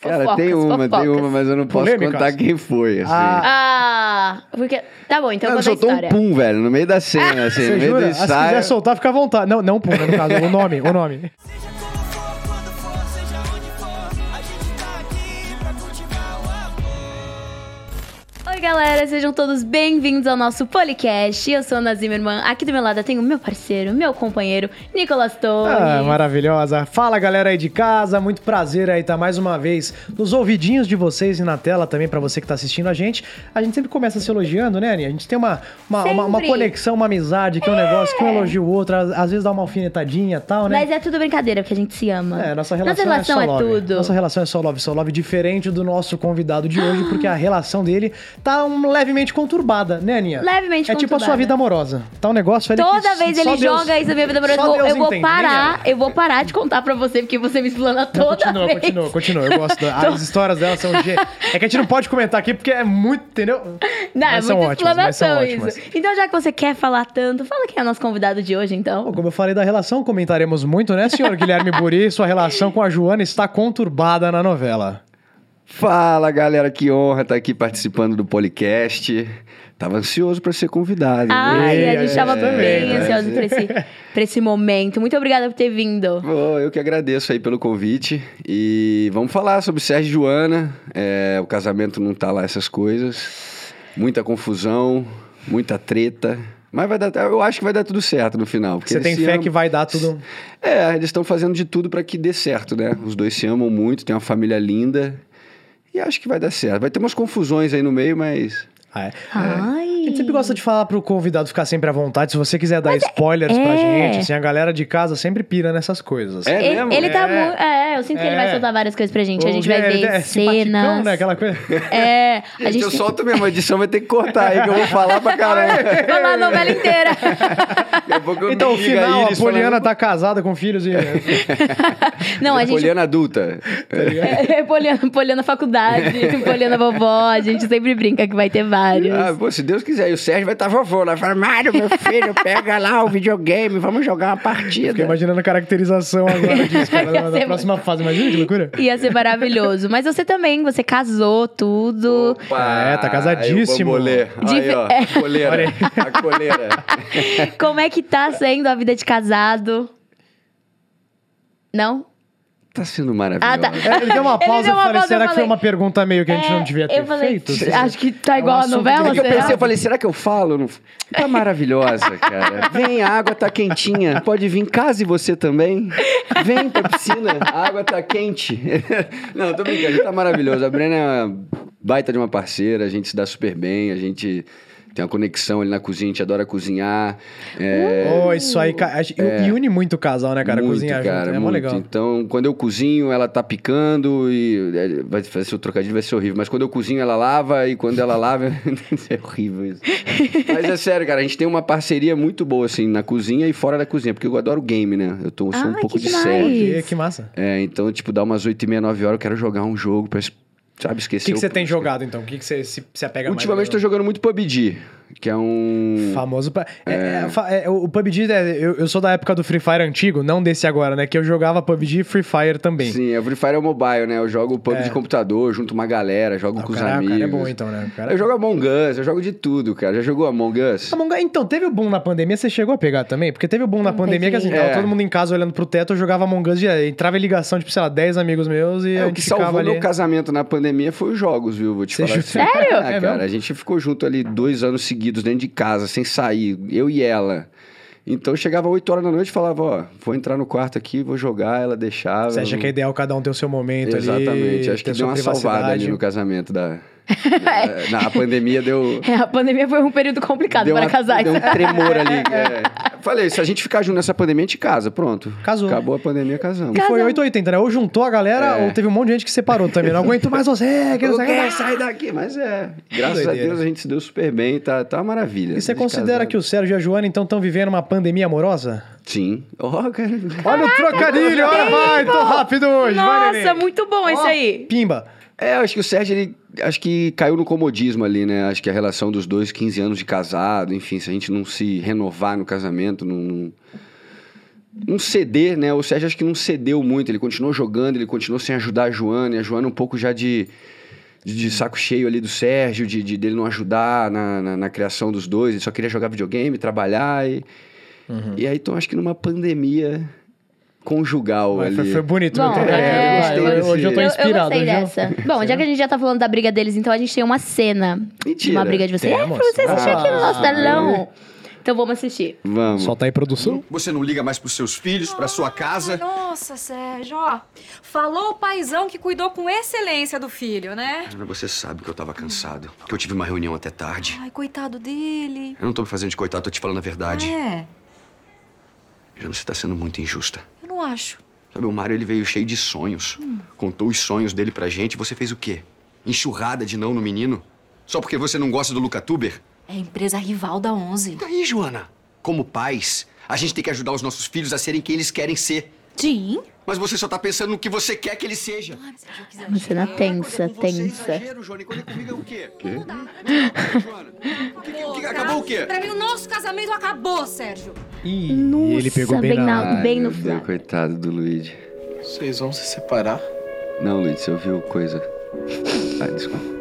Cara, tem uma, mas eu não posso Polêmicas? contar quem foi, assim. Porque... Tá bom, então Eu conta a soltou um história. pum, velho, no meio da cena, assim, no Você meio jura? do Ah, se ensaio. quiser soltar, fica à vontade. Não pum, né, no caso, o nome. Seja como for, quando for, seja onde for, a gente tá aqui pra cultivar o amor. Oi, galera, sejam todos bem-vindos ao nosso podcast. Eu sou a Ana Zimmermann. Aqui do meu lado eu tenho meu parceiro, meu companheiro, Nicolas Torres. Maravilhosa. Fala, galera aí de casa. Muito prazer aí estar mais uma vez nos ouvidinhos de vocês e na tela também pra você que tá assistindo a gente. A gente sempre começa se elogiando, né, Aninha? A gente tem uma conexão, uma amizade, que é um negócio que um elogia o outro, às vezes dá uma alfinetadinha e tal, né? Mas é tudo brincadeira, porque a gente se ama. Nossa relação, Nossa relação é só love. tudo. Nossa relação é só love, diferente do nosso convidado de hoje, porque a relação dele tá levemente conturbada, né, Aninha? Levemente É tipo a sua conturbada. vida amorosa. Tá um negócio ali Toda que vez só ele Deus- joga isso na minha vida só amorosa. Deus Eu vou entende, parar, nem eu vou parar de contar pra você, porque você me explana Não, toda vez. continua. Eu gosto. As histórias dela são... É que a gente não pode comentar aqui porque é muito, entendeu? Não, Mas é são muita ótimas, mas são explanação ótimas. isso. Então, já que você quer falar tanto, fala quem é o nosso convidado de hoje, então. Bom, como eu falei da relação, comentaremos muito, né, senhor Guilherme Buri? Sua relação com a Joana está conturbada na novela. Fala, galera, que honra estar aqui participando do podcast. Tava ansioso pra ser convidado. Ai, a gente tava também, bem né? ansioso pra esse momento. Muito obrigada por ter vindo. Pô, eu que agradeço aí pelo convite. E vamos falar sobre Sérgio e Joana. O casamento não tá lá essas coisas. Muita confusão, muita treta. Mas eu acho que vai dar tudo certo no final. Porque Você tem eles se fé amam. que vai dar tudo... Eles estão fazendo de tudo pra que dê certo, né? Os dois se amam muito, tem uma família linda. E acho que vai dar certo. Vai ter umas confusões aí no meio, mas... Ai. A gente sempre gosta de falar pro convidado ficar sempre à vontade. Se você quiser dar spoilers pra gente, assim, a galera de casa sempre pira nessas coisas. É mesmo? Ele tá muito. Eu sinto que ele vai soltar várias coisas pra gente. A gente vai ver simpaticão, cenas. né? Aquela coisa. A gente Eu solto mesmo, a edição vai ter que cortar aí, que eu vou falar pra caramba. falar a novela inteira. Daqui a pouco eu Então, o me liga final, aí, a eles Poliana falando, tá casada com filhos e... Não, a gente. Poliana adulta. Poliana faculdade, Poliana vovó. A gente sempre brinca que vai ter vários. Pô, se Deus quiser. E o Sérgio vai estar vovô lá. Fala, Mário, meu filho, pega lá o videogame, vamos jogar uma partida. Fiquei imaginando a caracterização agora disso, cara, Ia na ser- próxima fase. Imagina que loucura. Ia ser maravilhoso. Mas você também, você casou tudo. Opa, tá casadíssimo. Aí o bambolê. Aí, ó, a coleira. Olha aí. A coleira. Como é que tá sendo a vida de casado? Não? Tá sendo maravilhoso. tá. Ele deu uma Ele pausa, deu eu uma falei, pausa, será eu que foi falei- uma pergunta meio que a gente não devia ter eu falei, feito? acho que tá É um igual a assunto novela, que Eu será? pensei, eu falei, será que eu falo? Não... Tá maravilhosa, cara. Vem, a água tá quentinha. Pode vir, case você também. Vem pra piscina, a água tá quente. Não, tô brincando, tá maravilhoso. A Brena é uma baita de uma parceira, a gente se dá super bem, a gente tem uma conexão ali na cozinha, a gente adora cozinhar. Isso aí, e une muito o casal, né, cara? Muito, Cozinhar cara, junto, é mó muito. legal. Então, quando eu cozinho, ela tá picando e vai ser o trocadilho, vai ser horrível. Mas quando eu cozinho, ela lava e quando ela lava, é horrível isso. Mas é sério, cara, a gente tem uma parceria muito boa, assim, na cozinha e fora da cozinha, porque eu adoro game, né? Eu sou um pouco que de demais. série. Que massa. Então, tipo, dá umas 8h30, 9 horas, eu quero jogar um jogo pra, sabe, O esquecer. que você tem jogado, então? O que você se apega mais? Ultimamente tô jogando muito PUBG, que é um... Famoso... o PUBG, eu sou da época do Free Fire antigo, não desse agora, né? Que eu jogava PUBG e Free Fire também. Sim, o Free Fire é o mobile, né? Eu jogo PUBG de computador, junto uma galera, jogo com os O amigos. cara é bom, então, né? O cara... Eu jogo Among Us, eu jogo de tudo, cara. Já jogou Among Us? Então, teve o boom na pandemia, você chegou a pegar também? Porque teve o boom na pandemia que, assim, peguei. tava todo mundo em casa olhando pro teto, eu jogava Among Us, entrava em ligação, tipo, sei lá, 10 amigos meus e eu O que ficava salvou ali... meu casamento na pandemia foi os jogos, viu? Vou te Você falar. Sério? Ah, É cara, mesmo? a gente ficou junto ali 2 anos seguidos dentro de casa, sem sair, eu e ela. Então chegava 8 horas da noite e falava, ó, vou entrar no quarto aqui, vou jogar, ela deixava. Você acha que é ideal cada um ter o seu momento ali? Exatamente, acho que ter deu sua uma salvada privacidade. ali no casamento da... Na pandemia deu... A pandemia foi um período complicado para casais. Deu um tremor ali. Falei, se a gente ficar junto nessa pandemia, a gente casa, pronto. Casou. Acabou a pandemia, casamos. E foi 880, né? Ou juntou a galera, ou teve um monte de gente que separou também. Não aguento mais você, que não Eu sei o que. quero sair daqui, mas graças a doideira. Deus a gente se deu super bem, tá uma maravilha. E você considera que o Sérgio e a Joana, então, estão vivendo uma pandemia amorosa? Sim. Cara. Olha o trocadilho, olha, vai, tô rápido hoje, vai, neném. Nossa, muito bom esse aí. Pimba. Eu acho que o Sérgio, ele acho que caiu no comodismo ali, né? Acho que a relação dos dois, 15 anos de casado, enfim, se a gente não se renovar no casamento, não ceder, né? O Sérgio acho que não cedeu muito, ele continuou jogando, ele continuou sem ajudar a Joana, e a Joana um pouco já de saco cheio ali do Sérgio, dele não ajudar na criação dos dois, ele só queria jogar videogame, trabalhar, e aí então acho que numa pandemia conjugal Mas ali. foi bonito. Bom, muito hoje eu tô Eu inspirado. gostei hoje eu- dessa. Bom, já que a gente já tá falando da briga deles, então a gente tem uma cena de Mentira. uma briga de vocês. Temos. Pra você assistir aqui no nosso Ah, telão. Então vamos assistir. Vamos. Solta aí, produção. Você não liga mais pros seus filhos, pra sua casa? Nossa, Sérgio, ó. Falou o paizão que cuidou com excelência do filho, né? Você sabe que eu tava cansado, que eu tive uma reunião até tarde. Ai, coitado dele. Eu não tô me fazendo de coitado, tô te falando a verdade. É, Jana, você tá sendo muito injusta. eu não acho. Sabe, o Mário, ele veio cheio de sonhos. Contou os sonhos dele pra gente e você fez o quê? Enxurrada de não no menino? Só porque você não gosta do Lucatuber? É a empresa rival da 11. E aí, Joana? Como pais, a gente tem que ajudar os nossos filhos a serem quem eles querem ser. Sim. Mas você só tá pensando no que você quer que ele seja. Ai, mas Sérgio, eu quiser Uma cena tensa, Com você, tensa. exagero, Joana. E quando é comigo é o quê? Joana, o que acabou o quê? Pra mim, o nosso casamento acabou, Sérgio. Ih, Nossa, ele pegou bem na... bem no Meu Deus, final. coitado do Luigi. Vocês vão se separar? Não, Luigi, você ouviu coisa... Ah, desculpa.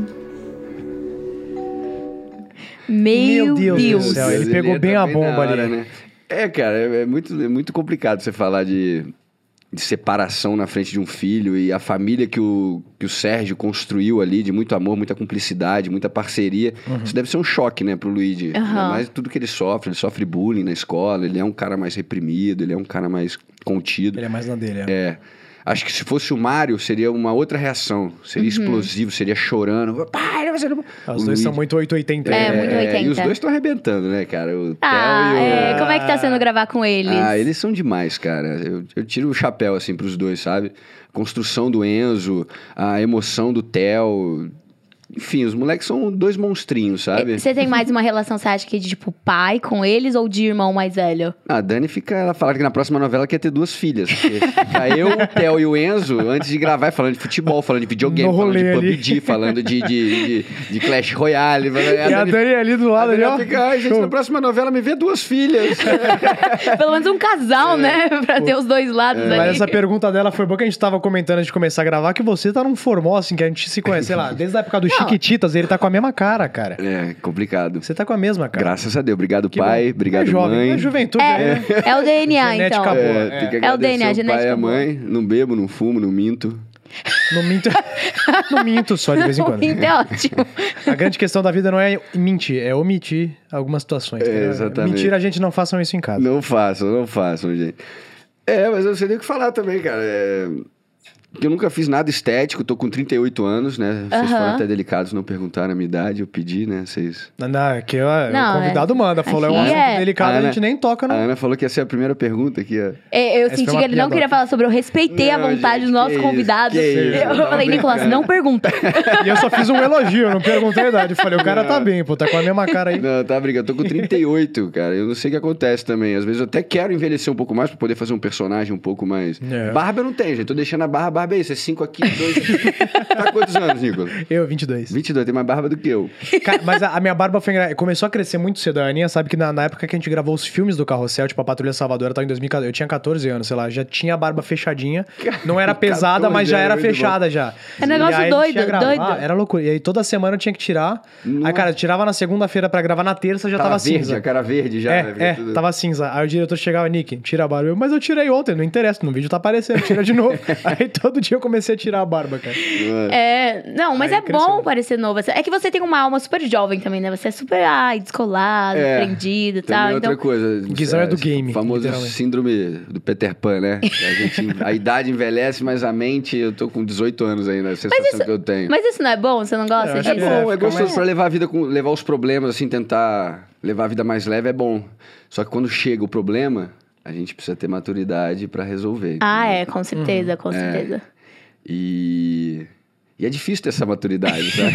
Meu Deus. do céu, ele pegou entra bem a na bomba hora, ali. né? Cara, é muito complicado você falar de separação na frente de um filho e a família que o Sérgio construiu ali, de muito amor, muita cumplicidade, muita parceria. Isso deve ser um choque, né, pro Luigi. Ainda mais tudo que ele sofre bullying na escola, ele é um cara mais reprimido, ele é um cara mais contido. Ele é mais na dele, é. Acho que se fosse o Mário, seria uma outra reação. Seria explosivo, seria chorando. Pai, você não... Os dois são muito 880. É, muito 80. E os dois estão arrebentando, né, cara? O Ah, Theo e o... como é que tá sendo gravar com eles? Ah, eles são demais, cara. Eu tiro o chapéu, assim, pros dois, sabe? A construção do Enzo, a emoção do Theo. Enfim, os moleques são dois monstrinhos, sabe? Você tem mais uma relação, você acha que de tipo pai com eles ou de irmão mais velho? A Dani ela fala que na próxima novela quer ter 2 filhas. Porque fica eu, o Theo e o Enzo, antes de gravar, falando de futebol, falando de videogame, No falando de rolê ali. PUBG, falando de Clash Royale. E a Dani ali do lado, ali, ó. Fica, ai, gente, Show. na próxima novela me vê 2 filhas. Pelo menos um casal, né? Pra ter os dois lados ali. Mas essa pergunta dela foi boa que a gente tava comentando antes de começar a gravar, que você tá num formal, assim, que a gente se conhece, sei lá, desde a época do Chiquititas, ele tá com a mesma cara, cara. É, complicado. Você tá com a mesma cara. Graças a Deus. Obrigado, Que pai. bom. Obrigado, é jovem, mãe. É juventude, né? É o DNA, Genética então. boa. Tem que É o DNA, agradecer o pai e genética a mãe. Não bebo, não fumo, não minto. Não minto. Não minto só de vez em quando. Então, é ótimo. A grande questão da vida não é mentir, é omitir algumas situações. entendeu? exatamente. Mentira, a gente não façam isso em casa. Não façam, gente. Mas eu não sei nem o que falar também, cara. Que eu nunca fiz nada estético, tô com 38 anos, né? Vocês foram até delicados, não perguntaram a minha idade, eu pedi, né? Vocês... Não, que ó, Não, o convidado manda, falou, é um aqui assunto é- delicado, a Ana- gente nem toca, A não. Ana falou que ia ser a primeira pergunta aqui, ó. Eu Essa senti foi uma que ele não piada. queria falar sobre. Eu respeitei Não, a vontade gente, dos nossos que convidados. isso, que isso, Eu tava falei, Nicolas, brincando. não pergunta. E eu só fiz um elogio, eu não perguntei a idade. Eu falei, o cara tá bem, pô, tá com a mesma cara aí. Não, tá brincando. Eu tô com 38, cara. Eu não sei o que acontece também. Às vezes eu até quero envelhecer um pouco mais pra poder fazer um personagem um pouco mais... É. Barba eu não tenho, gente. Tô deixando a barba é isso. É 5 aqui, 2 aqui. Tá quantos anos, Nicolas? Eu, 22. 22, tem mais barba do que eu. Cara, mas a minha barba começou a crescer muito cedo. A Aninha sabe que na época que a gente gravou os filmes do Carrossel, tipo a Patrulha Salvadora, tá em 2014. Eu tinha 14 anos, sei lá, já tinha a barba fechadinha. Não era pesada, 14 mas já era anos, muito fechada já. É negócio E aí a gente doido, ia gravar, doido. Era loucura. E aí toda semana eu tinha que tirar. Aí, cara, eu tirava na segunda-feira pra gravar, na terça já tava verde, cinza. a cara verde já. né? Tudo. Tava cinza. Aí o diretor chegava, Nick, tira a barba. Eu, mas eu tirei ontem, não interessa, no vídeo tá aparecendo, tira de novo. Aí todo dia eu comecei a tirar a barba, cara. Não, mas Aí é cresceu. bom parecer novo. É que você tem uma alma super jovem também, né? Você é super descolado, aprendido e Também tal. outra Então, coisa. O Guizão é do game, O famoso literalmente. síndrome do Peter Pan, né? A idade envelhece, mas a mente, eu tô com 18 anos ainda, a sensação que eu tenho. mas isso não é bom? Você não gosta Eu acho disso? que É bom, é fica gostoso mais- pra levar a vida levar os problemas, assim, tentar levar a vida mais leve é bom. Só que quando chega o problema, a gente precisa ter maturidade pra resolver. Com certeza, com certeza. E é difícil ter essa maturidade, sabe?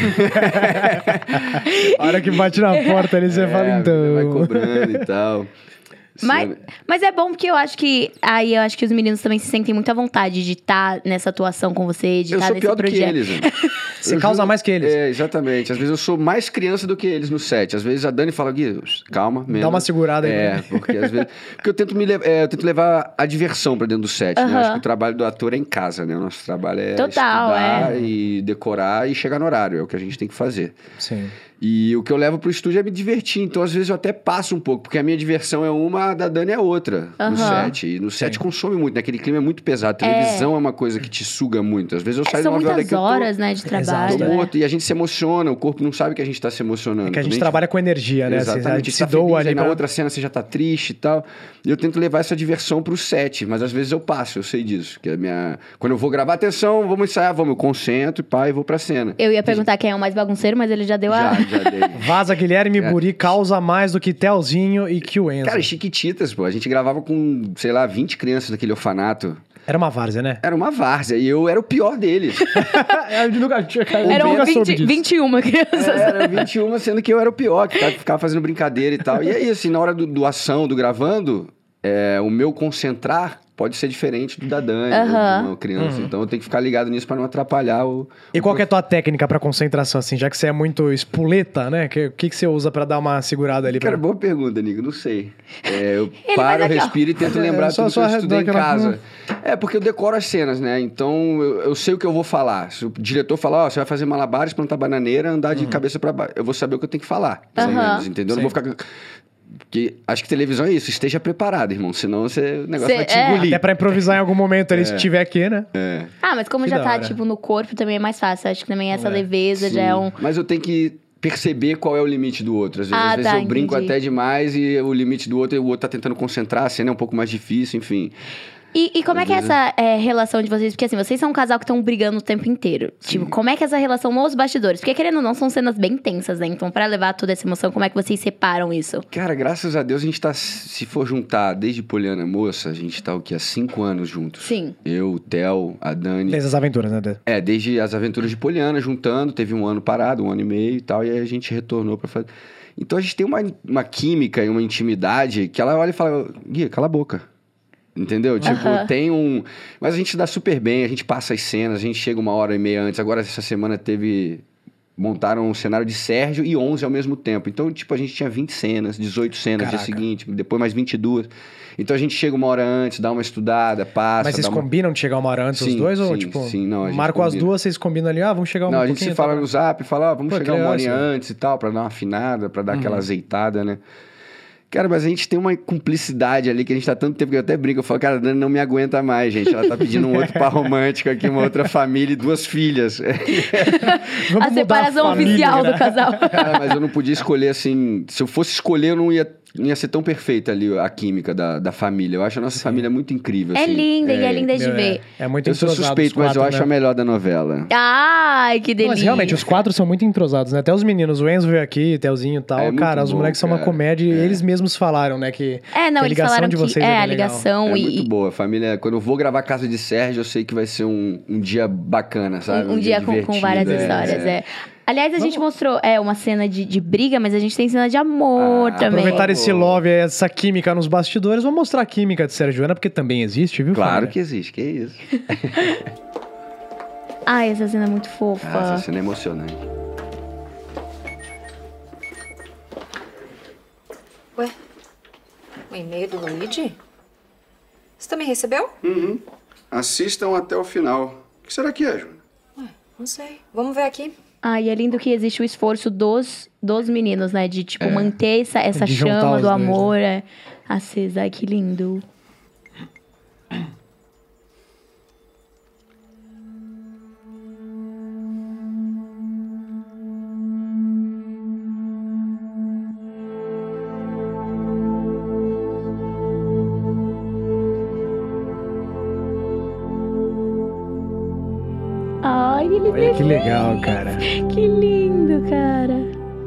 A hora que bate na porta ali, você fala, a vida então. vai cobrando e tal. Mas é bom porque eu acho que os meninos também se sentem muito à vontade de estar nessa atuação com você, de Eu estar sou nesse pior do que projeto. eles, né? Você causa mais que eles. É, exatamente. Às vezes eu sou mais criança do que eles no set. Às vezes a Dani fala, Gui, calma, menos. Dá uma segurada aí. É, porque às vezes... Porque eu tento levar a diversão pra dentro do set, né? Acho que o trabalho do ator é em casa, né? O nosso trabalho é estudar e decorar e chegar no horário. É o que a gente tem que fazer. Sim. E o que eu levo pro estúdio é me divertir. Então, às vezes, eu até passo um pouco, porque a minha diversão é uma, a da Dani é outra no set. E no set consome muito, né? Aquele clima é muito pesado. A televisão é uma coisa que te suga muito. Às vezes eu saio de São uma hora muitas que horas, né, de trabalho. tô morto. E a gente se emociona, o corpo não sabe que a gente tá se emocionando. É que a gente trabalha com energia, né? Exatamente. A gente se tá doa feliz, ali aí na pra... outra cena você já tá triste e tal. E eu tento levar essa diversão pro set, mas às vezes eu passo, eu sei disso. Que a minha... Quando eu vou gravar, atenção, vamos ensaiar, vamos, eu concentro e vou pra cena. Eu ia perguntar quem é o mais bagunceiro, mas ele já deu Já dei. Vaza Guilherme Buri causa mais do que Telzinho e que o Enzo. Cara, Chiquititas, pô. A gente gravava com, sei lá, 20 crianças naquele orfanato. Era uma várzea, né? Era uma várzea e eu era o pior deles. Eu nunca Eram nunca soube disso. 21 crianças. Era 21, sendo que eu era o pior, que ficava fazendo brincadeira e tal. E aí, assim, na hora do ação, do gravando, o meu concentrar pode ser diferente do da Dani, ou de uma criança. Então eu tenho que ficar ligado nisso pra não atrapalhar o... E qual que é a tua técnica pra concentração, assim? Já que você é muito espoleta, né? O que você usa pra dar uma segurada ali? Cara, boa pergunta, Nico. Não sei. Eu Ele paro, faz aqui, ó. respiro e tento lembrar tudo que eu estudei em aquela- casa. É, porque eu decoro as cenas, né? Então, eu sei o que eu vou falar. Se o diretor falar, você vai fazer malabares, plantar bananeira, andar de cabeça pra baixo. Eu vou saber o que eu tenho que falar, pelo menos, entendeu? Eu não vou ficar... Porque acho que televisão é isso. Esteja preparado, irmão. Senão o negócio vai te engolir. Até pra improvisar em algum momento ali, se tiver aqui, né? Ah, mas como Que já da tá, hora. tipo, no corpo, também é mais fácil. Acho que também essa leveza já é um... Mas eu tenho que perceber qual é o limite do outro. Às vezes, Ah, tá, eu brinco entendi. até demais e o limite do outro, o outro tá tentando concentrar, a cena é um pouco mais difícil, enfim. E como é que é essa relação de vocês? Porque assim, vocês são um casal que estão brigando o tempo inteiro. Tipo, como é que é essa relação nos bastidores? Porque querendo ou não, são cenas bem tensas, né? Então, pra levar toda essa emoção, como é que vocês separam isso? Cara, graças a Deus a gente tá, se for juntar desde Poliana Moça, a gente tá o quê? Há 5 anos juntos. Sim. Eu, o Theo, a Dani. Desde as aventuras, né? Desde as aventuras de Poliana, juntando, teve um ano parado, 1 ano e meio e tal, e aí a gente retornou pra fazer. Então a gente tem uma química e uma intimidade que ela olha e fala, Gui, cala a boca. Entendeu? Tipo, tem um... Mas a gente dá super bem, a gente passa as cenas, a gente chega 1h30 antes. Agora, essa semana montaram um cenário de Sérgio e 11 ao mesmo tempo. Então, tipo, a gente tinha 20 cenas, 18 cenas no dia seguinte, depois mais 22. Então a gente chega 1 hora antes, dá uma estudada, passa... Mas vocês combinam de chegar 1 hora antes os Sim, dois? Ou sim, tipo, sim, não, a gente marcam as combina. duas, vocês combinam ali, vamos chegar Não, a pouquinho... gente se fala tá? no zap, fala, vamos Pô, chegar que 1 hora legal, assim. antes e tal, pra dar uma afinada, pra dar aquela azeitada, né? Cara, mas a gente tem uma cumplicidade ali que a gente tá tanto tempo que eu até brinco. Eu falo, cara, a Dani não me aguenta mais, gente. Ela tá pedindo um outro par romântico aqui, uma outra família e 2 filhas. Vamos A mudar separação família, oficial né? do casal. Cara, mas eu não podia escolher assim... Se eu fosse escolher, eu não ia ser tão perfeita ali a química da família. Eu acho a nossa família muito incrível. É assim. linda e é linda de Meu, ver. É muito Eu sou entrosado suspeito, os mas eu quatro, acho a né? melhor da novela. Ai, que Não, delícia. mas realmente, os 4 são muito entrosados, né? Até os meninos, o Enzo veio aqui, Telzinho e tal. É muito Cara, os bom, moleques são uma cara. comédia e eles mesmos falaram, né? Que Não, a eles ligação falaram de que vocês a bem legal. ligação É e... muito boa. A família... Quando eu vou gravar Casa de Sérgio, eu sei que vai ser um dia bacana, sabe? Um dia com divertido, várias histórias, Aliás, a gente mostrou uma cena de briga, mas a gente tem cena de amor também. Aproveitar esse love, essa química nos bastidores, vamos mostrar a química de Sérgio e Ana, porque também existe, viu, Claro família? que existe, que isso. Ai, essa cena é muito fofa. Essa cena é emocionante. Ué, o e-mail do Luigi? Você também recebeu? Assistam até o final. O que será que é, Júlia? Não sei. Vamos ver aqui. Ai, é lindo que existe o esforço dos meninos, né? De, tipo, manter essa De juntar chama os do dois, amor acesa. Ai, que lindo. Ai, eles Olha que legal, cara. Que lindo, cara.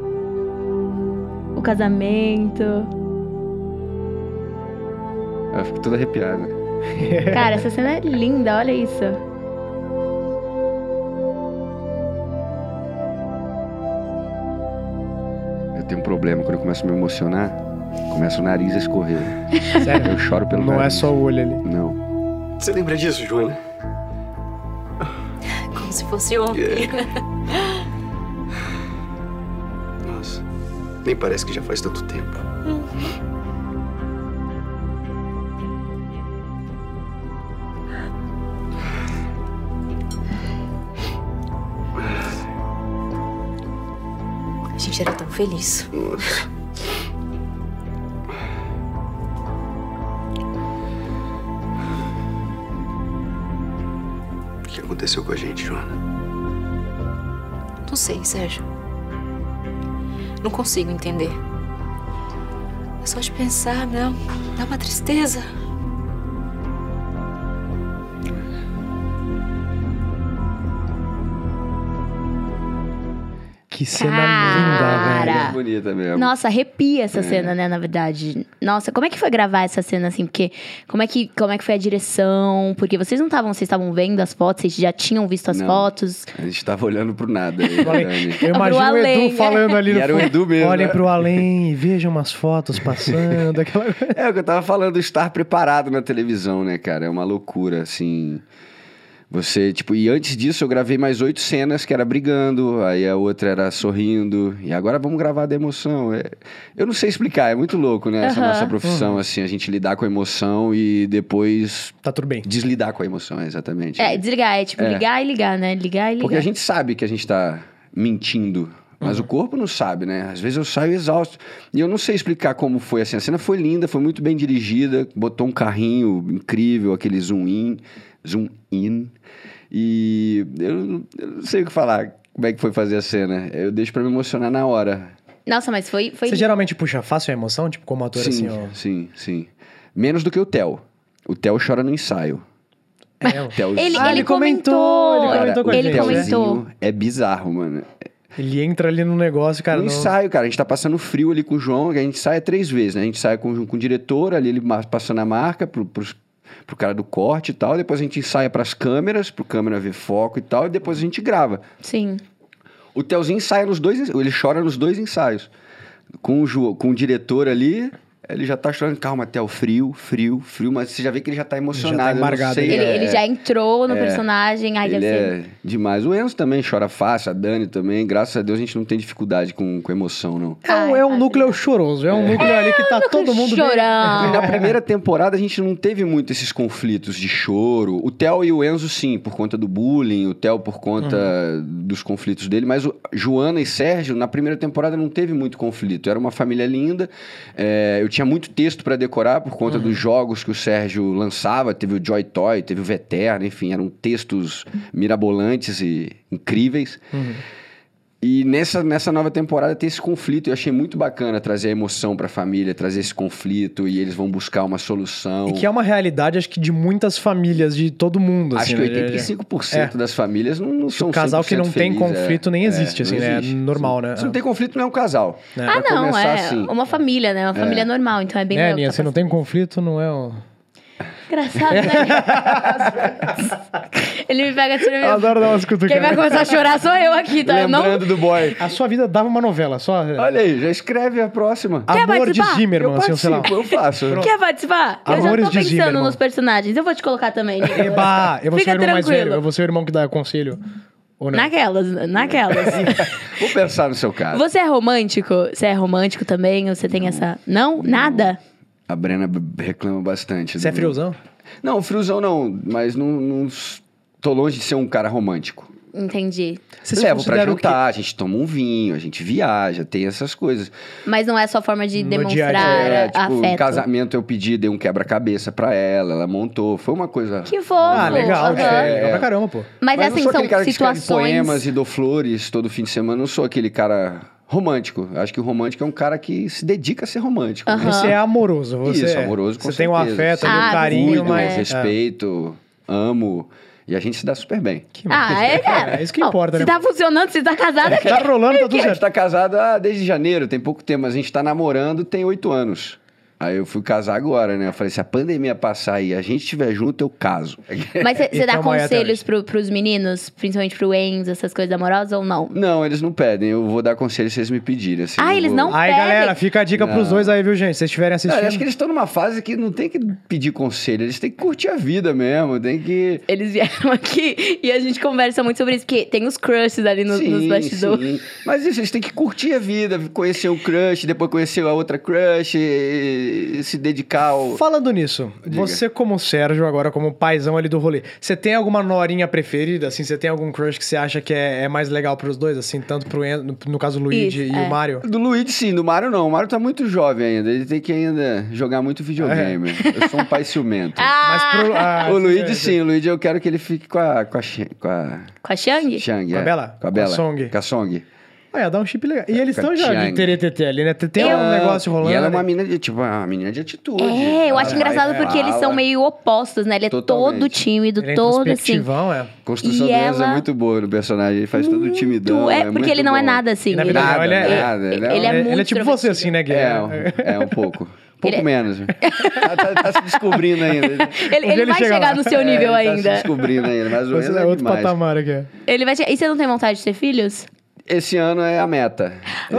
O casamento. Eu fico todo arrepiado. Cara, essa cena é linda, olha isso. Eu tenho um problema, quando eu começo a me emocionar, começa o nariz a escorrer. Sério? Eu choro pelo Não nariz. é só o olho ali. Não. Você lembra disso, Joana? Como se fosse ontem. Nossa, nem parece que já faz tanto tempo. A gente era tão feliz. Nossa. O que aconteceu com a gente, Joana? Não sei, Sérgio. Não consigo entender. É só de pensar, não. Dá uma tristeza. Que cena Cara. linda, velho. É bonita mesmo. Nossa, arrepia essa cena, né, na verdade. Nossa, como é que foi gravar essa cena, assim? Porque como é que foi a direção? Porque vocês estavam vendo as fotos, vocês já tinham visto as Não. fotos. A gente tava olhando pro nada. eu e a Dani. Eu imagino o além, Edu falando ali no E era o fundo. Edu mesmo, Olhem né? pro além e vejam umas fotos passando. Aquela... É o que eu tava falando, estar preparado na televisão, né, cara? É uma loucura, assim. Você, tipo, e antes disso eu gravei mais 8 cenas que era brigando, aí a outra era sorrindo, e agora vamos gravar da emoção. Eu não sei explicar, é muito louco, né? Essa nossa profissão, assim, a gente lidar com a emoção e depois Tá tudo bem. deslidar com a emoção, exatamente. Desligar, tipo, ligar e ligar, né? Ligar e ligar. Porque a gente sabe que a gente tá mentindo, mas o corpo não sabe, né? Às vezes eu saio exausto. E eu não sei explicar como foi assim. A cena foi linda, foi muito bem dirigida, botou um carrinho incrível, aquele zoom in. E eu não sei o que falar, como é que foi fazer a cena. Eu deixo pra me emocionar na hora. Nossa, mas foi... Você geralmente puxa fácil a emoção, tipo, como ator, Sim, assim, ó. sim. Menos do que o Theo. O Theo chora no ensaio. É, O Theo- Ele comentou, comentou. ele comentou com a Ele gente, comentou. É bizarro, mano. ele entra ali no negócio, cara. No ensaio, cara, a gente tá passando frio ali com o João, que a gente sai 3 vezes, né? A gente sai com o diretor, ali ele passando a marca pro cara do corte e tal, depois a gente ensaia pras câmeras, pro câmera ver foco e tal, e depois a gente grava. Sim. O Theozinho ensaia nos 2, ele chora nos 2 ensaios. Com o diretor ali, ele já tá chorando, calma, Theo, frio, mas você já vê que ele já tá emocionado. eu não embargado, sei, né? Ele já entrou no personagem, ai, ele deve ser... é demais. O Enzo também chora fácil, a Dani também. Graças a Deus a gente não tem dificuldade com emoção, não. É um núcleo choroso, é um núcleo ali que tá todo mundo bem. E Chorão. na primeira temporada a gente não teve muito esses conflitos de choro. O Theo e o Enzo, sim, por conta do bullying. O Theo por conta dos conflitos dele. Mas o Joana e Sérgio, na primeira temporada, não teve muito conflito. Era uma família linda. Eu tinha muito texto pra decorar por conta dos jogos que o Sérgio lançava. Teve o Joy Toy, teve o Veterno, enfim, eram textos mirabolantes e incríveis. E nessa nova temporada tem esse conflito. Eu achei muito bacana trazer a emoção pra família, trazer esse conflito e eles vão buscar uma solução. E que é uma realidade, acho que de muitas famílias, de todo mundo. Acho assim, que né? 85% das famílias não são 100% O casal que não tem feliz, conflito nem existe, não assim, né? existe. Normal, né? Se não tem conflito, não é um casal. Ah, Pra não, começar é assim. uma família, né? Uma família normal, então é bem Né, legal. Aninha? que Se tá não tem conflito, não é um... Engraçado, né? Ele me pega assim. Eu adoro dar umas Quem vai cutucadas. começar a chorar sou eu aqui, tá? Eu não... Lembrando do boy. A sua vida dava uma novela, só... Olha aí, já escreve a próxima. Quer Amor de participar? Zimmermann, Eu assim, sei lá. participo, eu faço. Quer participar? Eu Amores já tô de pensando Zimmermann. nos personagens. Eu vou te colocar também, Nicolas. Eba, eu vou ser o Fica irmão mais velho. tranquilo. Eu vou ser o irmão que dá conselho. Ou não? Naquelas. Vou pensar no seu caso. Você é romântico? Você é romântico também? Ou você tem essa... Não? Nada? A Brena reclama bastante. Você é friozão? Não, friozão não, mas não tô longe de ser um cara romântico. Entendi. Você se Levo pra considera o jantar, a gente toma um vinho, a gente viaja, tem essas coisas. Mas não é só forma de No demonstrar dia a dia, Tipo, em afeto. casamento eu pedi, dei um quebra-cabeça pra ela montou. Foi uma coisa... Que fofo. Ah, legal. Aham. Legal pra caramba, pô. Mas não assim, sou são aquele cara que escreve situações... poemas e dou flores todo fim de semana. Não sou aquele cara romântico. Acho que o romântico é um cara que se dedica a ser romântico. Aham. Você é amoroso. Você Isso, amoroso, com Você tem um certeza. afeto, ali, Ah, um carinho, cuido, mas... respeito, amo. E a gente se dá super bem. Que Ah, é, cara. É isso que Bom, importa, se né? tá funcionando, se tá casada... Tá rolando, tá tudo A gente certo. tá casado desde janeiro, tem pouco tempo, mas a gente tá namorando tem 8 anos. Aí eu fui casar agora, né? Eu falei, se a pandemia passar e a gente estiver junto, eu caso. Mas você dá Então, conselhos pros meninos, principalmente pro Enzo, essas coisas amorosas ou não? Não, eles não pedem. Eu vou dar conselho se eles me pedirem. Assim, Ah, eu eles vou- não Aí, pedem? galera, fica a dica pros dois aí, viu, gente? Se vocês estiverem Não, assistindo. eu acho que eles estão numa fase que não tem que pedir conselho. Eles têm que curtir a vida mesmo. Tem que... Eles vieram aqui e a gente conversa muito sobre isso, porque tem os crushes ali nos bastidores. Sim. Mas isso, eles têm que curtir a vida, conhecer o crush, depois conhecer a outra crush, e se dedicar ao... Falando nisso, Diga. você como Sérgio, agora como paizão ali do rolê, você tem alguma norinha preferida, assim? Você tem algum crush que você acha que é mais legal pros dois, assim? Tanto pro no caso o Luigi Isso, e o Mário? Do Luigi, sim. Do Mário, não. O Mário tá muito jovem ainda. Ele tem que ainda jogar muito videogame. Eu sou um pai ciumento. Mas pro... O Luigi, sim. O Luigi, eu quero que ele fique com a Com a Shang? Shang. Com a Bela? Com a Bela. Com a Song. Com a Song. Ah, dá um chip legal. E eles Com a estão já de Chang. teretetê ali, né? Tem um negócio rolando. E ela é uma ali. menina de, tipo, uma menina de atitude. É, eu acho Ela engraçado vai, porque eles são fala. meio opostos, né? Ele é todo Totalmente. tímido, Ele é todo assim. introspectivão, é. A construção E do Enzo é ela- muito boa no personagem. Ele faz tudo timidão. É, porque muito ele não é bom. nada assim. E na vida ele, real, ele é- nada. ele é muito Ele é tipo você, extrovertido. assim, né, Guilherme? É um pouco. Um pouco Ele é- menos. Tá se descobrindo ainda. Ele ele vai chega chegar lá. no seu nível Ele Tá ainda. se descobrindo ainda, mas o Você Enzo é é outro demais. patamar aqui. Ele vai chegar. E você não tem vontade de ter filhos? Esse ano é a meta.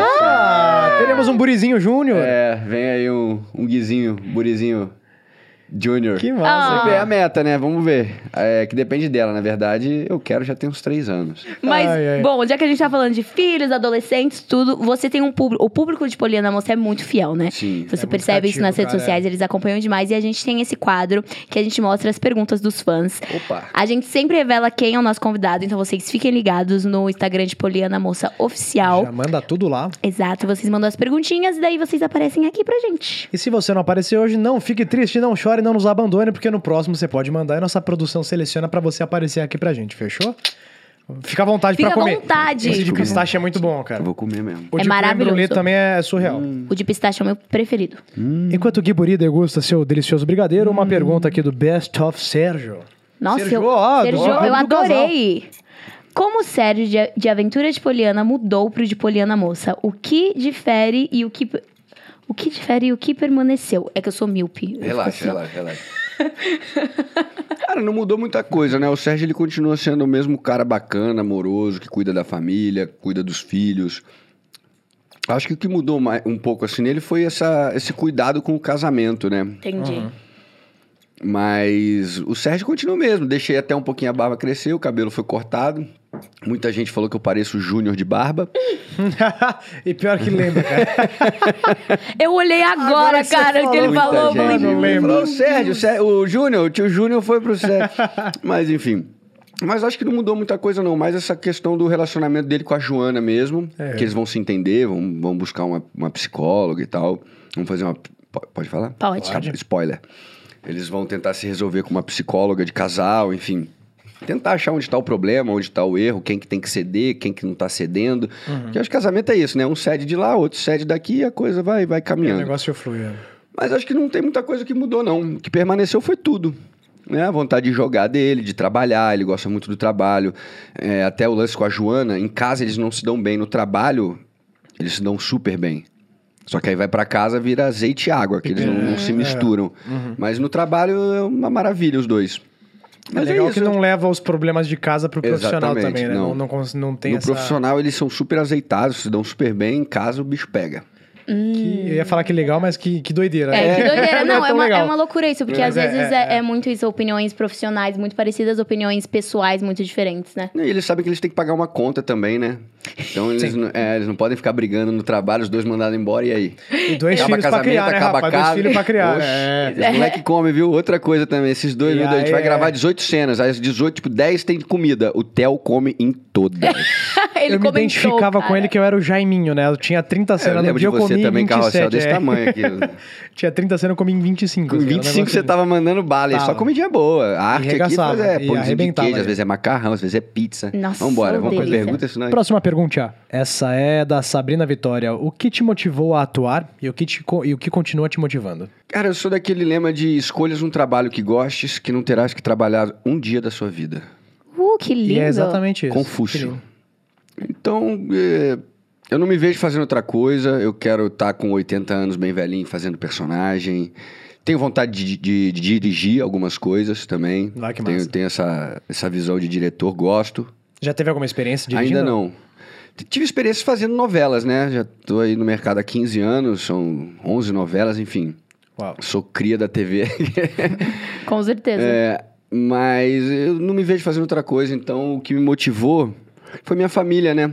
Teremos um Burizinho Júnior. É, vem aí um guizinho, burizinho júnior. Que massa. Vamos ver a meta, né? Vamos ver. É, que depende dela. Na verdade, eu quero já ter uns 3 anos. Mas, Ai, ai. bom, já que a gente tá falando de filhos, adolescentes, tudo, você tem um público. O público de Poliana Moça é muito fiel, né? Sim. Você muito percebe isso cativo, nas redes cara, sociais, eles acompanham demais. E a gente tem esse quadro que a gente mostra as perguntas dos fãs. Opa. A gente sempre revela quem é o nosso convidado, então vocês fiquem ligados no Instagram de Poliana Moça Oficial. Já manda tudo lá. Exato, vocês mandam as perguntinhas e daí vocês aparecem aqui pra gente. E se você não aparecer hoje, não fique triste, não chore, não nos abandone, porque no próximo você pode mandar e nossa produção seleciona pra você aparecer aqui pra gente, fechou? Fica à vontade Fica pra à comer. vontade. Esse de pistache é muito bom, cara. Eu vou comer mesmo. O É de creme maravilhoso. brulee também é surreal. O de pistache é o meu preferido. Enquanto o Gui Buri degusta seu delicioso brigadeiro, uma pergunta aqui do Best of Sérgio. Nossa, Sérgio, Sérgio, do eu casal. adorei. Como o Sérgio de Aventura de Poliana mudou pro de Poliana Moça? O que difere e o que difere e o que permaneceu? É que eu sou míope. Eu Relaxa, fico assim, ó. relaxa. Cara, não mudou muita coisa, né? O Sérgio, ele continua sendo o mesmo cara bacana, amoroso, que cuida da família, cuida dos filhos. Acho que o que mudou um pouco assim nele foi esse cuidado com o casamento, né? Entendi. Mas o Sérgio continua mesmo. Deixei até um pouquinho a barba crescer, o cabelo foi cortado. Muita gente falou que eu pareço o Júnior de barba. E pior que lembra, cara. Eu olhei agora, você cara, o que ele falou, falou. Eu muita falei, gente não lembra. Falou, Sérgio, o Júnior, o tio Júnior foi pro Sérgio. Mas enfim. Mas acho que não mudou muita coisa, não. Mais essa questão do relacionamento dele com a Joana mesmo. É. Que eles vão se entender, vão buscar uma psicóloga e tal. Vamos fazer uma... Pode falar? Pode. Acabou, spoiler. Eles vão tentar se resolver com uma psicóloga de casal, enfim. Tentar achar onde está o problema, onde está o erro, quem que tem que ceder, quem que não está cedendo. Porque eu acho que casamento é isso, né? Um cede de lá, outro cede daqui e a coisa vai O caminhando. negócio flui. é. Mas acho que não tem muita coisa que mudou, não. O que permaneceu foi tudo. Né? A vontade de jogar dele, de trabalhar, ele gosta muito do trabalho. Até o lance com a Joana, em casa eles não se dão bem, no trabalho eles se dão super bem. Só que aí vai pra casa, vira azeite e água, que eles não se misturam. Mas no trabalho é uma maravilha os dois. É Mas legal isso, que não leva os problemas de casa pro profissional Exatamente, também, né? não. Não tem No essa... profissional eles são super azeitados, se dão super bem, em casa o bicho pega. Eu ia falar que legal, mas que doideira. É, que doideira. Não, tão é legal. uma loucura isso, porque Mas às vezes é muito isso, opiniões profissionais muito parecidas, opiniões pessoais muito diferentes, né? E eles sabem que eles têm que pagar uma conta também, né? Então eles não podem ficar brigando no trabalho, os dois mandados embora, e aí? E dois Acaba filhos pra casamento, criar, né, acaba rapaz? casa. Dois filhos pra criar. Oxe, É. Esse moleque come, viu? Outra coisa também, esses dois, E meu Deus, a gente aí, vai gravar 18 cenas, aí as 18, tipo, 10 tem comida. O Theo come em todas. Ele Eu me comentou, identificava com cara. ele que eu era o Jaiminho, né? Eu tinha 30 cenas, Eu no lembro dia de eu você comi em também, 27. carrossel desse é. tamanho aqui. Tinha 30 cenas, eu comi em 25. Com assim, era um 25 negócio você assim. tava mandando bala, e só Tava. comidinha boa. A arte aqui arregaçava, faz, e pãozinho de arrebentava, queijo, às né? vezes é macarrão, às vezes é pizza. Nossa, Vambora, vamos pra delícia. pergunta, senão... Próxima pergunta. Essa é da Sabrina Vitória. O que te motivou a atuar e o que continua te motivando? Cara, eu sou daquele lema de escolhas um trabalho que gostes, que não terás que trabalhar um dia da sua vida. Que lindo. E é exatamente isso. Que Confúcio. lindo. Então, Eu não me vejo fazendo outra coisa. Eu quero estar com 80 anos bem velhinho, fazendo personagem. Tenho vontade de dirigir algumas coisas também. Ah, que massa. Tenho essa visão de diretor, gosto. Já teve alguma experiência dirigindo? Ainda não. Tive experiência fazendo novelas, né? Já tô aí no mercado há 15 anos, são 11 novelas, enfim. Uau. Sou cria da TV. Com certeza. Mas eu não me vejo fazendo outra coisa, então o que me motivou foi minha família, né?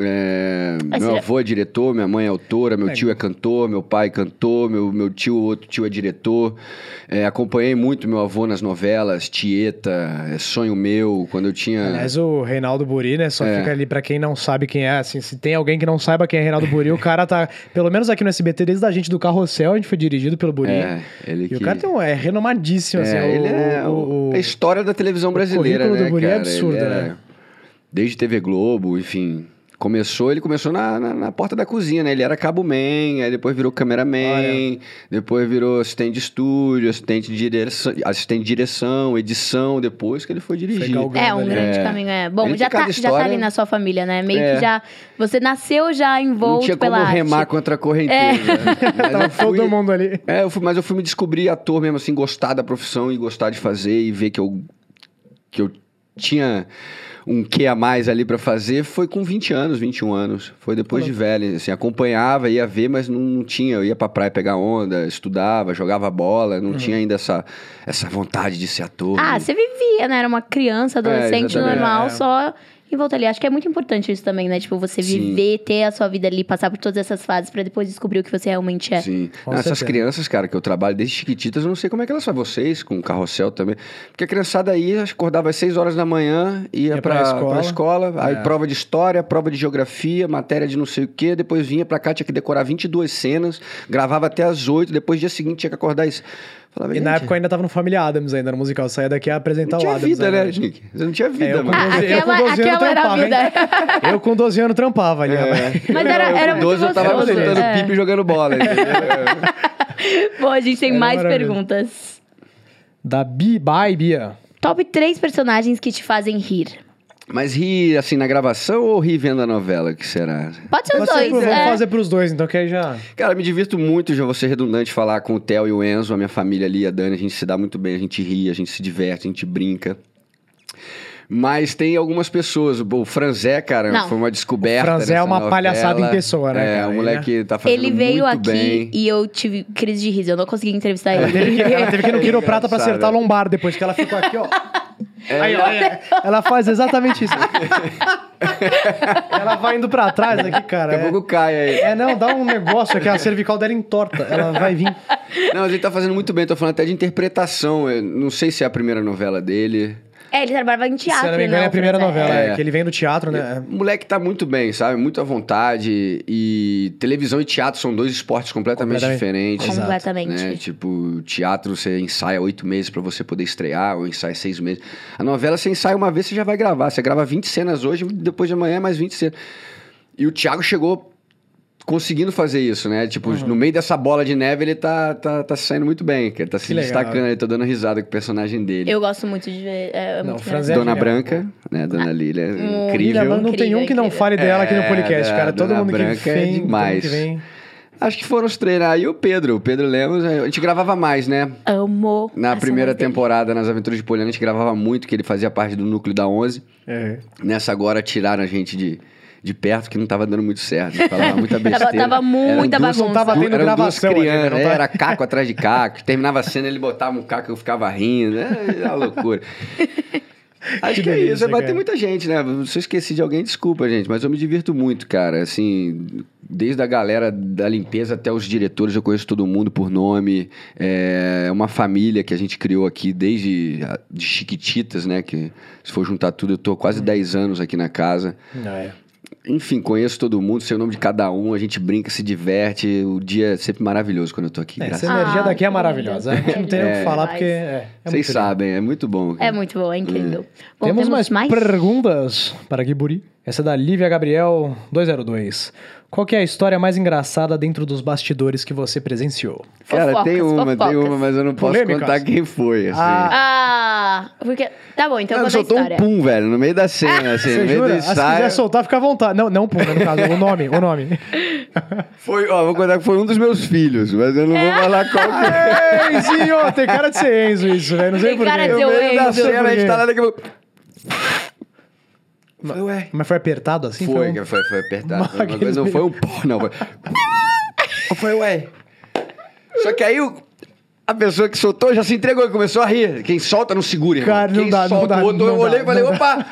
Meu avô é diretor, minha mãe é autora, meu tio é cantor, meu pai é cantor, meu tio, outro tio é diretor. Acompanhei muito meu avô nas novelas, Tieta, Sonho Meu, quando eu tinha... Aliás, o Reinaldo Buri, né? Só fica ali pra quem não sabe quem é. Assim, se tem alguém que não saiba quem é Reinaldo Buri, o cara tá... Pelo menos aqui no SBT, desde a gente do Carrossel, a gente foi dirigido pelo Buri. E o cara é renomadíssimo, assim. Ele é a história da televisão brasileira, currículo né, do Buri é cara? absurdo, Ele né? Desde TV Globo, enfim... Ele começou na porta da cozinha, né? Ele era cabo man, aí depois virou cameraman, depois virou assistente de estúdio, assistente de direção, edição, depois que ele foi dirigir. Um grande caminho, Bom, Ele já tem cada já tá ali na sua família, né? Meio que já... Você nasceu já envolto pela arte. Não tinha como remar contra a correnteza. Tava todo mundo ali. Mas eu fui me descobrir ator mesmo, assim, gostar da profissão e gostar de fazer e ver que eu tinha... um quê a mais ali pra fazer, foi com 20 anos, 21 anos. Foi depois de velho, assim, acompanhava, ia ver, mas não tinha. Eu ia pra praia pegar onda, estudava, jogava bola, não tinha ainda essa vontade de ser ator. Você vivia, né? Era uma criança, adolescente normal, só em volta ali. Acho que é muito importante isso também, né? Tipo, você viver, ter a sua vida ali, passar por todas essas fases pra depois descobrir o que você realmente é. Sim. Essas crianças, cara, que eu trabalho desde chiquititas, eu não sei como é que elas fazem. Vocês, com o Carrossel também. Porque a criançada aí, acordava às 6 horas da manhã, ia pra escola, aí prova de história, prova de geografia, matéria de não sei o quê, depois vinha pra cá, tinha que decorar 22 cenas, gravava até às 8, depois dia seguinte tinha que acordar isso. Falava, na época eu ainda tava no Família Adams, ainda no musical. Eu saía daqui a apresentar o Adams. Não tinha vida, né, Nick? Você não tinha vida, mano. Aquela era a vida. Eu com 12 anos trampava ali, rapaz. Mas era muito 12 eu tava apresentando pipa e jogando bola. Bom, a gente tem mais perguntas. Da Bia. Top 3 personagens que te fazem rir. Mas rir, assim, na gravação ou rir vendo a novela? O que será? Pode ser os dois. Vamos fazer pros dois, então, que aí já... Cara, me divirto muito, já vou ser redundante falar com o Theo e o Enzo, a minha família ali, a Dani, a gente se dá muito bem, a gente ri, a gente se diverte, a gente brinca. Mas tem algumas pessoas, o Franzé, cara, foi uma descoberta. O Franzé é uma novela. Palhaçada em pessoa, né? O moleque tá fazendo muito bem. Ele veio aqui e eu tive crise de riso, eu não consegui entrevistar ele. Ela teve que ir no quiroprata pra acertar a lombar depois, que ela ficou aqui, ó. Aí, ela faz exatamente isso. Ela vai indo pra trás aqui, cara. Daqui a pouco cai aí. Não, dá um negócio aqui, a cervical dela entorta. Ela vai vir. Não, mas ele tá fazendo muito bem, tô falando até de interpretação. Eu não sei se é a primeira novela dele. Ele trabalhava em teatro, se não me engano, é a primeira novela, que ele vem do teatro, né? O moleque tá muito bem, sabe? Muito à vontade. E televisão e teatro são dois esportes completamente diferentes. Completamente. Né? Tipo, teatro você ensaia 8 meses pra você poder estrear, ou ensaia 6 meses. A novela você ensaia uma vez, você já vai gravar. Você grava 20 cenas hoje, depois de amanhã mais 20 cenas. E o Thiago chegou conseguindo fazer isso, né? Tipo, no meio dessa bola de neve, ele tá saindo muito bem, ele tá se destacando, ele tá dando risada com o personagem dele. Eu gosto muito de ver. Dona Branca, né? Dona Lília, incrível. Mas não tem um que não fale dela aqui no podcast, cara. Todo mundo Branca que vem, é demais. Que vem. Acho que foram os treinar. E o Pedro Lemos, a gente gravava mais, né? Amo. Na primeira temporada, nas Aventuras de Poliana, a gente gravava muito, que ele fazia parte do núcleo da 11. Nessa agora, tiraram a gente de perto, que não tava dando muito certo. Falava muita besteira. Tava muita bagunça. Não tava tendo gravação. Crianças, era caco atrás de caco. Terminava a cena, ele botava um caco e eu ficava rindo. É uma loucura. Acho que é isso. Vai ter muita gente, né? Se eu esqueci de alguém, desculpa, gente. Mas eu me divirto muito, cara. Assim, desde a galera da limpeza até os diretores, eu conheço todo mundo por nome. É uma família que a gente criou aqui desde de chiquititas, né? Que se for juntar tudo, eu tô quase 10 anos aqui na casa. Enfim, conheço todo mundo, sei o nome de cada um, a gente brinca, se diverte, o dia é sempre maravilhoso quando eu tô aqui. Essa energia daqui é maravilhosa, a gente não tem o que falar porque vocês sabem, é muito bom. É muito bom, é incrível. Bom, temos mais perguntas para Gui Buri. Essa é da Lívia Gabriel 202. Qual que é a história mais engraçada dentro dos bastidores que você presenciou? Cara, Fofocas, tem uma, fofocas. mas eu não posso Polêmicas? contar quem foi, assim. Porque... Tá bom, então Não, conta a soltou um história. pum, velho, no meio da cena, assim, Você no meio jura? do Se ensaio. quiser soltar, fica à vontade. Não pum, né, no caso, o nome. Foi, ó, vou contar que foi um dos meus filhos, mas eu não vou falar qual que é. Enzinho, tem cara de ser Enzo isso, velho. Não sei Tem porquê. cara de ser No meio da Enzo. cena, a gente Por tá quê? lá daqui a pouco. Foi, ué. Mas foi apertado assim? Foi, um- foi apertado. Foi uma Aqueles coisa, não meio- foi um pó, não. Foi, ué. Só que aí a pessoa que soltou já se entregou e começou a rir. Quem solta não segura, irmão. Cara, não Quem dá, não solta dá, o outro, não eu dá, olhei e falei, não opa!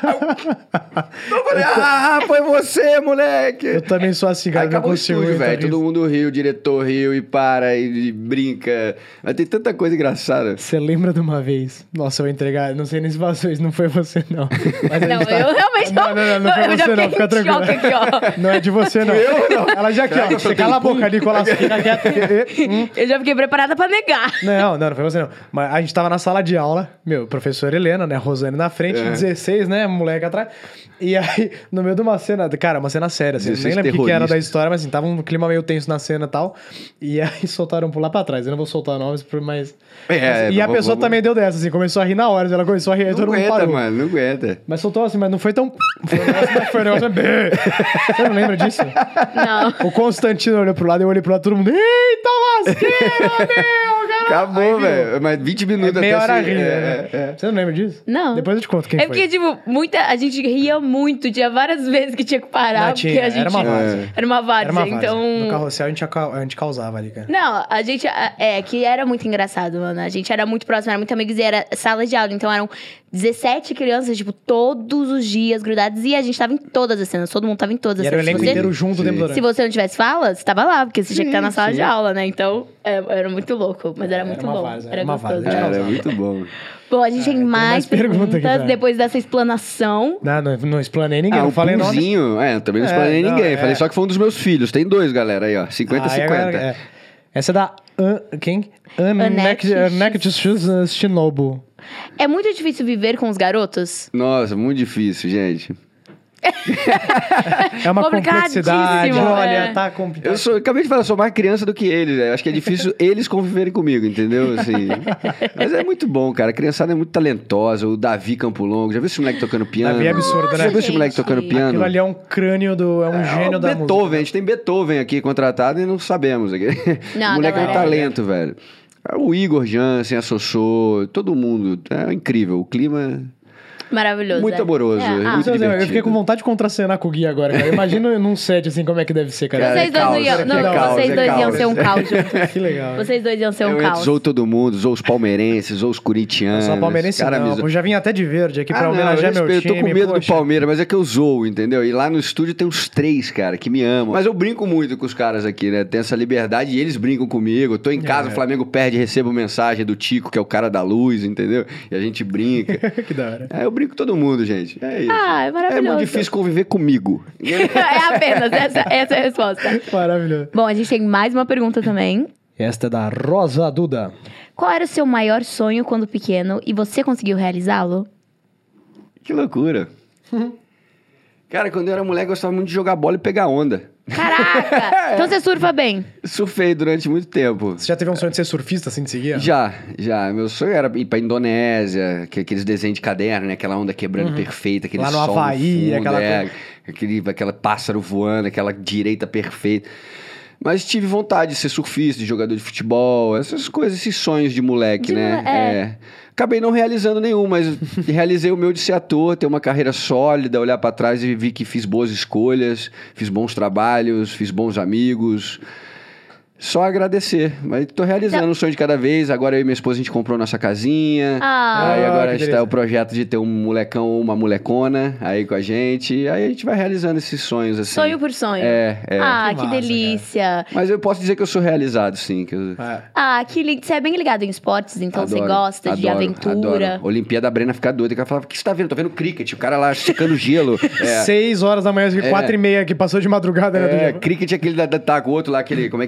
Eu falei, foi você, moleque! Eu também sou assim, cara. Aí não acabou o consigo estúdio, aguentar velho. isso. Todo mundo riu, o diretor riu e para e brinca. Mas tem tanta coisa engraçada. Você lembra de uma vez? Nossa, eu vou entregar. Não sei nem se passou isso. Não foi você, não. Mas a Não, gente tá- eu realmente não. Não foi eu já você, não. fiquei Fica em tranquilo. choque aqui, ó. Não é de você, não. Eu, não. Ela já aqui, Será que ó. eu Você soltei cala a um pum? boca, Nicolas. Fica quieto. Eu já fiquei preparada pra negar. Não foi você, não. Mas a gente tava na sala de aula, professora Helena, né? Rosane na frente, 16, né? Moleque atrás. E aí, no meio de uma cena, cara, uma cena séria, assim. 16 Nem lembro o que era da terroristas. história, mas assim, tava um clima meio tenso na cena e tal. E aí soltaram por lá pra trás. Eu não vou soltar nomes, mas. E a vamos- pessoa também deu dessa, assim, começou a rir na hora. Ela começou a rir, aí Não todo mundo aguenta, parou. mano, não aguenta. Mas soltou assim, mas não foi tão. Foi um negócio bem. Você não lembra disso? Não. O Constantino olhou pro lado, eu olhei pro lado, todo mundo. Eita lasqueira, meu, cara! Acabou, velho. Mas 20 minutos Meia até hora se- rindo, né? Você não lembra disso? Não. Depois eu te conto quem É foi. porque, tipo, a gente ria muito. Tinha várias vezes que tinha que parar. Não, tinha, porque a gente... era uma várzea. Era uma várzea, Era uma várzea. então... No carrossel a gente causava ali, cara. Não, a gente... que era muito engraçado, mano. A gente era muito próximo, era muito amigos e era sala de aula. Então, eram 17 crianças, tipo, todos os dias grudadas. E a gente tava em todas as cenas. Todo mundo tava em todas as E era o cenas. elenco Se você- inteiro junto o tempo todo. Se você não tivesse fala, você tava lá, porque você tinha que estar na sala sim. de aula, né? Então, era muito louco, mas era muito uma bom. várzea, Era era uma gostoso. várzea. Era muito bom. Bom, a gente tem mais mais pergunta aqui, perguntas tá? depois dessa explanação. Não explanei ninguém, Ah, não o falei nome. Punzinho, também não explanei não, ninguém. é. Falei só que foi um dos meus filhos. Tem dois, galera, aí, ó. 50-50. Essa é da... quem? Anete Shinobu. É muito difícil viver com os garotos? Nossa, muito difícil, gente. É uma Complicadíssimo, complexidade. Olha, é. tá complicado. Acabei de falar, eu sou mais criança do que eles. Né? Acho que é difícil eles conviverem comigo, entendeu? Assim, mas é muito bom, cara. A criançada é muito talentosa. O Davi Campo Longo. Já viu esse moleque tocando piano? Davi é absurdo, né? Já viu esse moleque Gente. tocando piano? Aquilo ali é um crânio do... É um gênio da Beethoven, música. a gente tem Beethoven aqui contratado e não sabemos. Aqui. Não, O moleque é um galera. talento, velho. O Igor Jansen, a Sossô, todo mundo. É incrível. O clima Maravilhoso. muito é. amoroso. É, muito Eu fiquei divertido. com vontade de contracenar com o Gui agora, cara. Imagina num set assim como é que deve ser, cara. Cara, Vocês dois não caos, iam. é Não, caos, vocês é dois iam caos. ser um caos juntos. Que legal. Vocês dois iam ser um Eu caos. zoou todo mundo, zoou os palmeirenses, zoou os corintianos. Só palmeirense Cara, não. me Eu já vim até de verde aqui pra não, homenagear meu eu time. tô com medo poxa. do Palmeiras, mas é que eu zoo, entendeu? E lá no estúdio tem uns 3, cara, que me amam. Mas eu brinco muito com os caras aqui, né? Tem essa liberdade e eles brincam comigo. Eu tô em casa, o Flamengo perde, recebo mensagem do Tico, que é o cara da luz, entendeu? E a gente brinca. Que da hora. Eu brinco com todo mundo, gente. É isso. Ah, é maravilhoso. É muito difícil conviver comigo. É apenas, essa é a resposta. Maravilhoso. Bom, a gente tem mais uma pergunta também. Esta é da Rosa Duda. Qual era o seu maior sonho quando pequeno e você conseguiu realizá-lo? Que loucura. Cara, quando eu era moleque, eu gostava muito de jogar bola e pegar onda. Caraca! Então você surfa bem. Surfei durante muito tempo. Você já teve um sonho de ser surfista, assim, de seguir? Já. Meu sonho era ir pra Indonésia, aqueles desenhos de caderno, né? Aquela onda quebrando perfeita, aquele Lá no sol Havaí, fundo, aquela coisa. aquela pássaro voando, aquela direita perfeita. Mas tive vontade de ser surfista, de jogador de futebol, essas coisas, esses sonhos de moleque, né? Acabei não realizando nenhum, mas realizei o meu de ser ator, ter uma carreira sólida, olhar pra trás e vi que fiz boas escolhas, fiz bons trabalhos, fiz bons amigos. Só agradecer. Mas tô realizando um sonho de cada vez. Agora eu e minha esposa, a gente comprou nossa casinha. Ah. Aí agora que a gente delícia. tá o projeto de ter um molecão ou uma molecona aí com a gente. Aí a gente vai realizando esses sonhos, assim. Sonho por sonho. É. Ah, Que que, massa, delícia. Mas eu posso dizer que eu sou realizado, sim. Que eu... Ah, que lindo. Você é bem ligado em esportes, então você Adoro, gosta de adoro, aventura. adoro. Olimpíada, a Brena fica doida. Que ela falava, o que você tá vendo? Tô vendo cricket. O cara lá secando gelo. 6 horas da manhã, 4h30, que passou de madrugada, né? do dia. Cricket é aquele da taco, o outro lá, aquele, como é que é o nome?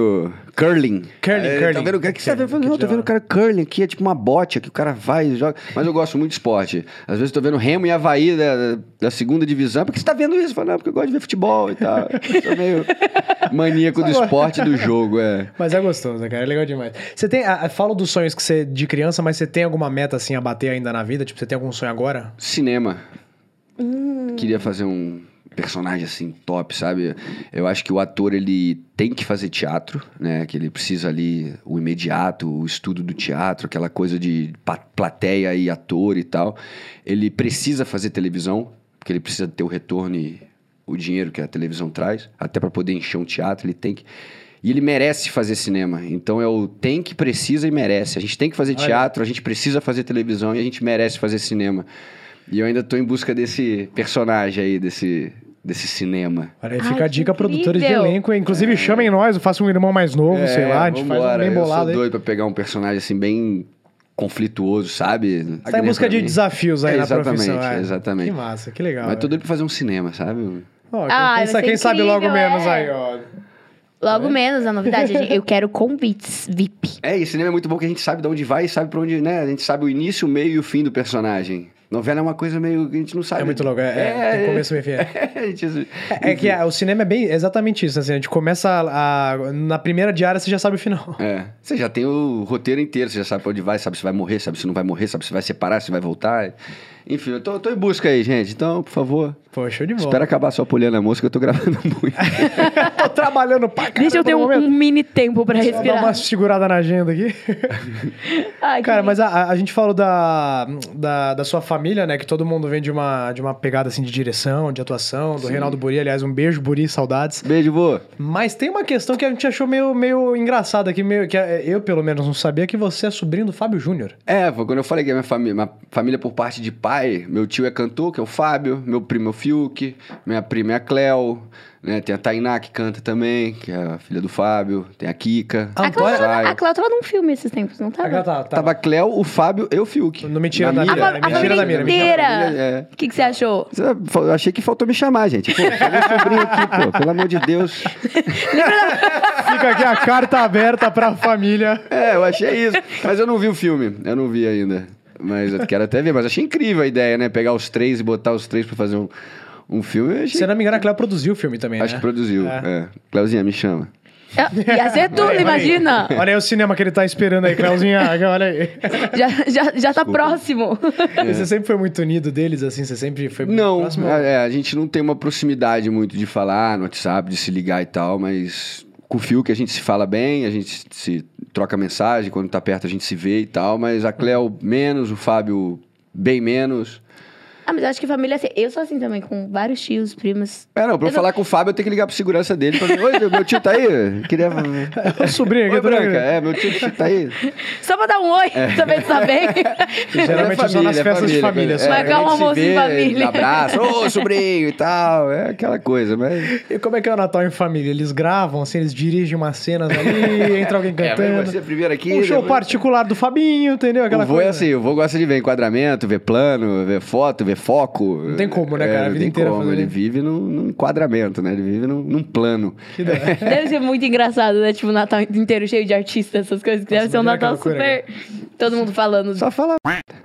vendo curling. Curling. Tá vendo o que você tá vendo? Eu falei, não, tô vendo o cara curling aqui, é tipo uma bote que o cara vai e joga. Mas eu gosto muito de esporte. Às vezes eu tô vendo Remo e Avaí da segunda divisão. Por que você tá vendo isso? Eu falo, não, porque eu gosto de ver futebol e tal. Eu sou meio maníaco do esporte e do jogo, Mas é gostoso, cara, é legal demais. Você tem, fala dos sonhos que você de criança, mas você tem alguma meta assim a bater ainda na vida? Tipo, você tem algum sonho agora? Cinema. Queria fazer um personagem assim top, sabe? Eu acho que o ator ele tem que fazer teatro, né? Que ele precisa ali o imediato, o estudo do teatro, aquela coisa de plateia e ator e tal. Ele precisa fazer televisão, porque ele precisa ter o retorno e o dinheiro que a televisão traz, até para poder encher um teatro, ele tem que... E ele merece fazer cinema. Então é o tem que, precisa e merece. A gente tem que fazer teatro, a gente precisa fazer televisão e a gente merece fazer cinema. E eu ainda tô em busca desse personagem aí, desse cinema. Olha aí, fica a dica, que produtores de incrível. elenco. Inclusive, chamem nós, eu faço um irmão mais novo, sei lá, a gente faz um bem bolado Eu sou aí. doido pra pegar um personagem assim, bem conflituoso, sabe? Você tá em busca de desafios aí na profissão. Exatamente. Que massa, que legal. Mas tô doido pra fazer um cinema, sabe? Ó, vai ser quem sabe logo incrível, menos aí, ó. Logo menos a novidade. Eu quero convites VIP. E cinema é muito bom que a gente sabe de onde vai e sabe pra onde, né? A gente sabe o início, o meio e o fim do personagem. Novela é uma coisa meio que a gente não sabe. É muito louco, tem começo, meio fim. É que o cinema é bem exatamente isso, assim, a gente começa na primeira diária, você já sabe o final. Você já tem o roteiro inteiro, você já sabe pra onde vai, sabe se vai morrer, sabe se não vai morrer, sabe se vai separar, se vai voltar. Enfim, eu tô em busca aí, gente. Então, por favor. Pô, show de bola. Espera acabar só Poliana Moça, que eu tô gravando muito. Tô trabalhando pra caramba. Deixa eu ter um mini tempo pra Dar respirar. uma segurada na agenda aqui. Ai, Cara, que mas a gente falou da sua família, né? Que todo mundo vem de uma pegada assim de direção, de atuação, do Reinaldo Buri. Aliás, um beijo, Buri, saudades. Beijo, vô. Mas tem uma questão que a gente achou meio engraçada aqui, que eu, pelo menos, não sabia, que você é sobrinho do Fábio Júnior. Foi quando eu falei que a minha família por parte de pai, meu tio é cantor, que é o Fábio, meu primo é o Fiuk, minha prima é a Cleo, né? Tem a Tainá, que canta também, que é a filha do Fábio, tem a Kika. A Cláudia tava num filme esses tempos, não tava? Tava a Cleo, o Fábio e o Fiuk. No Mentira da Mira. Mira. A família inteira. O que você achou? Eu achei que faltou me chamar, gente. Pô, sou meu sobrinho aqui, pô, pelo amor de Deus. Fica aqui a carta aberta pra família. Eu achei isso. Mas eu não vi o filme, eu não vi ainda. Mas eu quero até ver, mas achei incrível a ideia, né? Pegar os três e botar os três pra fazer um filme. Eu achei... Se eu não me engano, a Cleo produziu o filme também, Acho né? que produziu, Cleuzinha, me chama. Ia ser tudo, imagina. Olha aí o cinema que ele tá esperando aí, Cleuzinha, olha aí. Já tá próximo. E você sempre foi muito unido deles, assim? Você sempre foi muito Não, próximo? a gente não tem uma proximidade muito de falar no WhatsApp, de se ligar e tal, mas com o Fiuk a gente se fala bem, a gente se troca mensagem, quando tá perto a gente se vê e tal, mas a Cleo menos, o Fábio bem menos. Mas eu acho que família é assim. Eu sou assim também, com vários tios, primos. Não, pra eu falar com o Fábio, eu tenho que ligar pro segurança dele pra ver, oi, meu tio tá aí? Queria... O sobrinho aqui. Oi, Branca, meu tio tá aí? Só pra dar um oi, saber se tá bem. Geralmente é só nas festas de família. Só. Marcar um almoço em família. Abraço, ô, sobrinho e tal, é aquela coisa, mas... E como é que é o Natal em família? Eles gravam, assim, eles dirigem umas cenas ali, entra alguém cantando. Você primeiro aqui... Um show particular do Fabinho, entendeu? Aquela o vô é coisa. assim, o vô gosta de ver enquadramento, ver plano, ver foto, ver foco. Não tem como, né, cara? A vida inteira como. fazendo Ele isso. vive num enquadramento, né? Ele vive num plano. Deve ser muito engraçado, né? Tipo, o Natal inteiro cheio de artistas, essas coisas. Que deve ser um imagina Natal aquela loucura, super... Todo mundo falando. Só fala...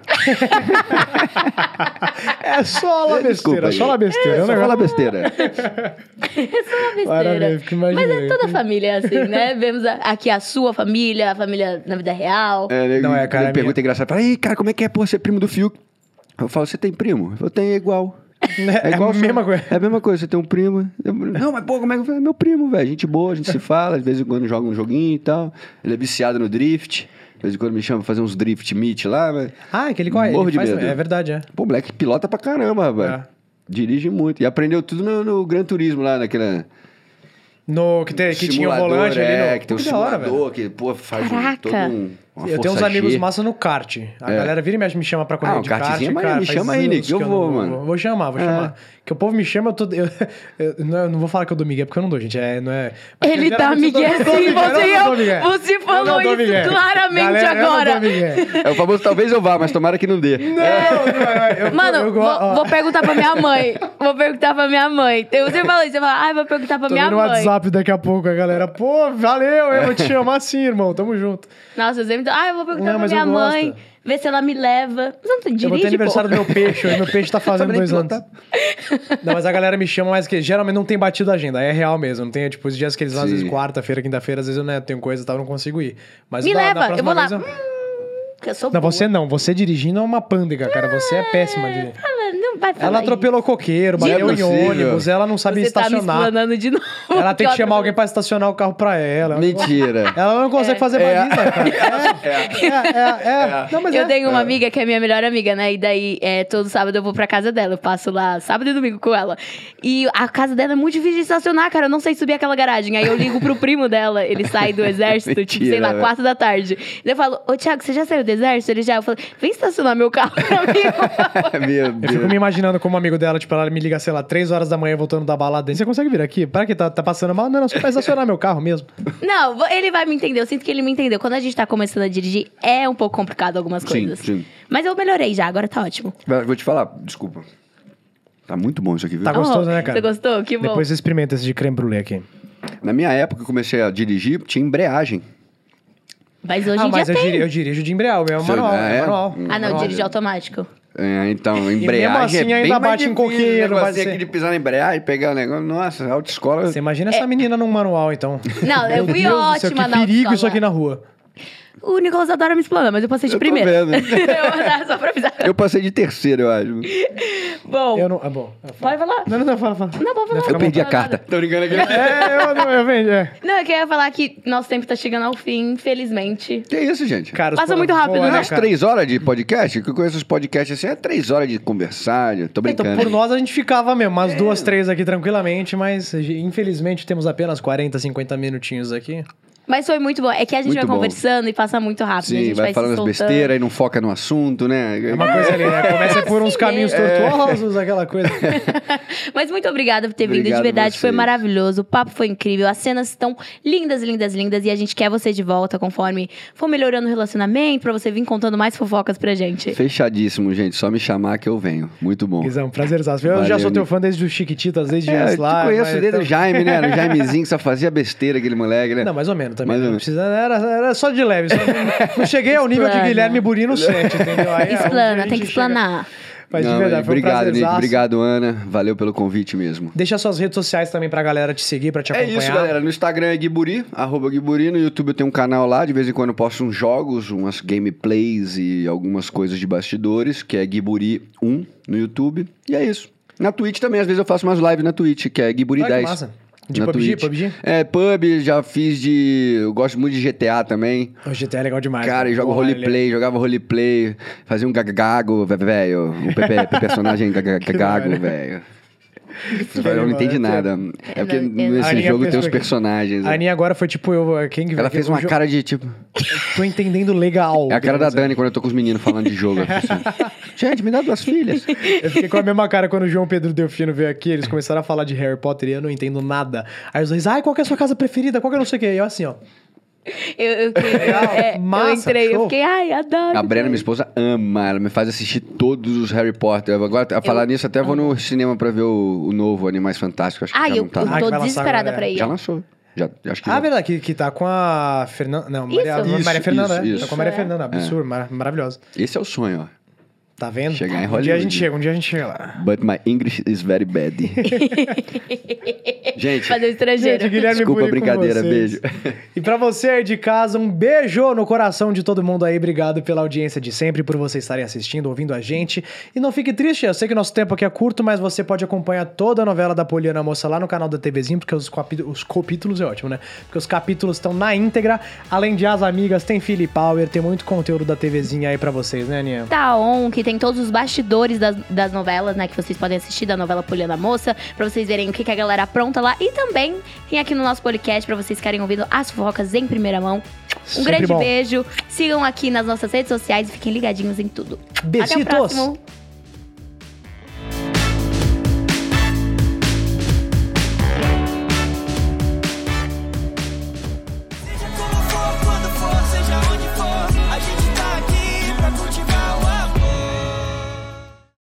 É só lá besteira, Desculpa, só lá besteira. Só fala besteira. É só uma besteira. Maravilha, fico imaginando. Mas toda família é assim, né? Vemos aqui a sua família, a família na vida real. Não, cara, Ele pergunta engraçada. Fala, ei, cara, como é que é, pô, você é primo do Fiuk? Eu falo, você tem primo? Eu tenho igual. É igual a mesma coisa. É a mesma coisa, você tem um primo. Não, mas pô, como é que é meu primo, velho? Gente boa, a gente se fala, de vez em quando joga um joguinho e tal. Ele é viciado no drift. De vez em quando me chama pra fazer uns drift meet lá, mas... Aquele qual é? Morro Ele de faz, medo. é verdade, é. Pô, moleque pilota pra caramba, rapaz. Dirige muito. E aprendeu tudo no Gran Turismo lá, naquela... Que tinha o volante ali. Que tem um Que da hora, simulador, velho. que, pô, faz Caraca. todo uma Eu tenho uns força amigos G. massa no kart. A galera vira e mexe, me chama pra correr Ah, um de kart. kartzinho é cara, maneiro. Me faz chama aí, anos Nick, eu que vou, não mano. Vou chamar. Que o povo me chama, eu não vou falar que eu dou migué, porque eu não dou, gente. Não é... Mas Ele tá geralmente eu migué dou sim, migué. você falou Eu não dou isso migué. claramente Galera, eu não agora. dou migué. É o famoso talvez eu vá, mas tomara que não dê. Mano, vou perguntar pra minha mãe. Você falou isso, você fala, vou perguntar pra Tô minha vendo no mãe. WhatsApp daqui a pouco, a galera. Pô, valeu, eu vou te chamar assim, irmão. Tamo junto. Nossa, eu sempre... eu vou perguntar Não, pra mas minha eu gosto. mãe, ver se ela me leva. Você não dirige, Eu vou ter aniversário pô? do meu peixe, hoje meu peixe tá fazendo Sabe nem 2 anos. pilotar. Não, mas a galera me chama, mas que geralmente não tem batido a agenda, é real mesmo. Não tem, tipo, os dias que eles vão, às Sim. vezes, quarta-feira, quinta-feira, às vezes eu, tenho coisa e tal, eu não consigo ir. Mas Me na leva, eu próxima vou lá. vez Porque eu sou Não, boa. você não. Você dirigindo é uma pândega, cara. Você é péssima de... Não vai falar Ela atropelou coqueiro, Não é bateu em possível. ônibus, ela não sabe Você tá me estacionar. explanando de novo. Ela tem que chamar alguém pra... pra estacionar o carro pra ela. Mentira. Ela não consegue fazer baliza, cara. Não, mas Eu tenho uma amiga que é minha melhor amiga, né? E daí, todo sábado eu vou pra casa dela. Eu passo lá sábado e domingo com ela. E a casa dela é muito difícil de estacionar, cara. Eu não sei subir aquela garagem. Aí eu ligo pro primo dela. Ele sai do exército, tipo, sei lá, Mentira, 4 da tarde. Daí eu falo, ô Thiago, você já saiu do exército? Ele já. Eu falo, vem estacionar meu carro pra mim, por favor. Meu Eu fico Deus. me imaginando como amigo dela, tipo, ela me liga, sei lá, 3 horas da manhã voltando da balada. Você consegue vir aqui? Para que tá passando mal? Não, só pra estacionar meu carro mesmo. Não, ele vai me entender. Eu sinto que ele me entendeu. Quando a gente tá começando a dirigir, é um pouco complicado algumas coisas. Sim. Mas eu melhorei já, agora tá ótimo. Vou te falar, desculpa. Tá muito bom isso aqui, viu? Tá gostoso, né, cara? Você gostou? Que bom. Depois você experimenta esse de creme brulee aqui. Na minha época que eu comecei a dirigir, tinha embreagem. Mas hoje em mas dia eu, tem. eu dirijo de embreal, é manual, é? manual. Ah, não, dirige automático. Então, embreagem assim é bem ainda mais bate em difícil, coqueiro, o negocinho vai ser- aqui de pisar na embreagem, pegar o negócio. Nossa, a autoescola... Você imagina essa menina num manual, então. Não, eu fui Meu Deus do céu, ótima que na perigo autoescola. isso aqui na rua. O Nicolas adora me explanar, mas eu passei de Eu tô primeiro. vendo. Eu só pra avisar. Eu passei de terceiro, eu acho. Bom, Eu não... É bom. pode falar? Não, fala. Não, pode falar. Eu perdi a Não fala carta. nada. Tô brincando aqui. Eu vendi, Não, é que eu ia falar que nosso tempo tá chegando ao fim, infelizmente. Que isso, gente? Cara, Passa muito rápido, voa, né? Umas 3 horas de podcast? Que eu conheço os podcasts assim, é 3 horas de conversar. Tô brincando. Então, por nós, a gente ficava mesmo, umas 2, 3 aqui tranquilamente, mas infelizmente temos apenas 40, 50 minutinhos aqui. Mas foi muito bom. É que a gente Muito vai bom. conversando e passa muito rápido. a Sim, gente vai falando se as soltando. besteiras e não foca no assunto, né? É uma coisa ali, né? Começa por uns assim caminhos mesmo. tortuosos, aquela coisa. Mas muito obrigada por ter vindo, de Obrigado verdade. Foi vocês. maravilhoso. O papo foi incrível. As cenas estão lindas, lindas, lindas. E a gente quer você de volta conforme for melhorando o relacionamento, pra você vir contando mais fofocas pra gente. Fechadíssimo, gente. Só me chamar que eu venho. Muito bom. Guizão, prazerzaço. Eu já Valeu, sou teu Nico. fã desde o Chiquititas, desde Eu antes te lá. conheço mas- desde o Jaime, né? O Jaimezinho que só fazia besteira, aquele moleque, né? Não, mais ou menos também. Mais ou Não menos. precisa, era só de leve. Não cheguei ao nível de Explana. Guilherme Burino 7, entendeu? Aí, onde a Explana, gente tem que chega- explanar. Mas de Não, verdade, foi um obrigado, Nico. prazerzaço. Obrigado, Ana. Valeu pelo convite mesmo. Deixa suas redes sociais também pra galera te seguir, pra te É acompanhar. isso, galera. No Instagram é Guiburi, @Guiburi. No YouTube eu tenho um canal lá. De vez em quando eu posto uns jogos, umas gameplays e algumas coisas de bastidores, que é Guiburi 1 no YouTube. E é isso. Na Twitch também, às vezes eu faço umas lives na Twitch, que é Guiburi Ah, que 10. massa. De na PUBG, Twitch. PUBG? É, PUBG, já fiz de... Eu gosto muito de GTA também. O GTA é legal demais. Cara, eu jogo Porra, roleplay, jogava roleplay, fazia um gagago, velho. Um personagem gagago, velho. Eu não entendi nada. É porque A nesse Aninha jogo tem pensou os que- personagens. A Aninha agora foi tipo eu. Ela fez uma cara de tipo. Tô entendendo legal. É a cara da digamos assim. Dani quando eu tô com os meninos falando de jogo. Assim. Gente, me dá 2 filhas. Eu fiquei com a mesma cara quando o João Pedro Delfino veio aqui. Eles começaram a falar de Harry Potter e eu não entendo nada. Aí os dois, qual que é a sua casa preferida? Qual que é não sei o que? E eu assim, ó. Eu Massa, entrei, eu show. fiquei, ai, adoro. A Brena, minha esposa, ama. Ela me faz assistir todos os Harry Potter. Agora, a falar nisso, até vou no cinema pra ver o novo Animais Fantásticos. Acho que Ai, já eu não tá. tô Ah, que vai lançar desesperada agora, pra ir. Já lançou. Já, acho que Ah, já. verdade, que tá com a Fernanda. Não, Maria, Isso. Maria Fernanda, né? Isso. Tá com a Maria Fernanda, absurdo, maravilhosa. Esse é o sonho, ó. Tá vendo? Chegar em Um dia a gente Hollywood. chega lá. But my English is very bad. Gente, Fazer o estrangeiro. Gente, Guilherme desculpa a Buri com brincadeira. vocês. Beijo. E pra você aí de casa, um beijo no coração de todo mundo aí. Obrigado pela audiência de sempre, por vocês estarem assistindo, ouvindo a gente. E não fique triste, eu sei que nosso tempo aqui é curto, mas você pode acompanhar toda a novela da Poliana Moça lá no canal da TVzinho, porque os capítulos é ótimo, né? Porque os capítulos estão na íntegra. Além de As Amigas, tem Philly Power, tem muito conteúdo da TVzinha aí pra vocês, né, Aninha? Tá on, que tem todos os bastidores das novelas, né? Que vocês podem assistir da novela Poliana Moça, pra vocês verem o que a galera apronta lá. E também tem aqui no nosso podcast pra vocês ficarem ouvindo as fofocas em primeira mão. Um Sempre grande bom. beijo. Sigam aqui nas nossas redes sociais e fiquem ligadinhos em tudo. Besitos. Até o próximo.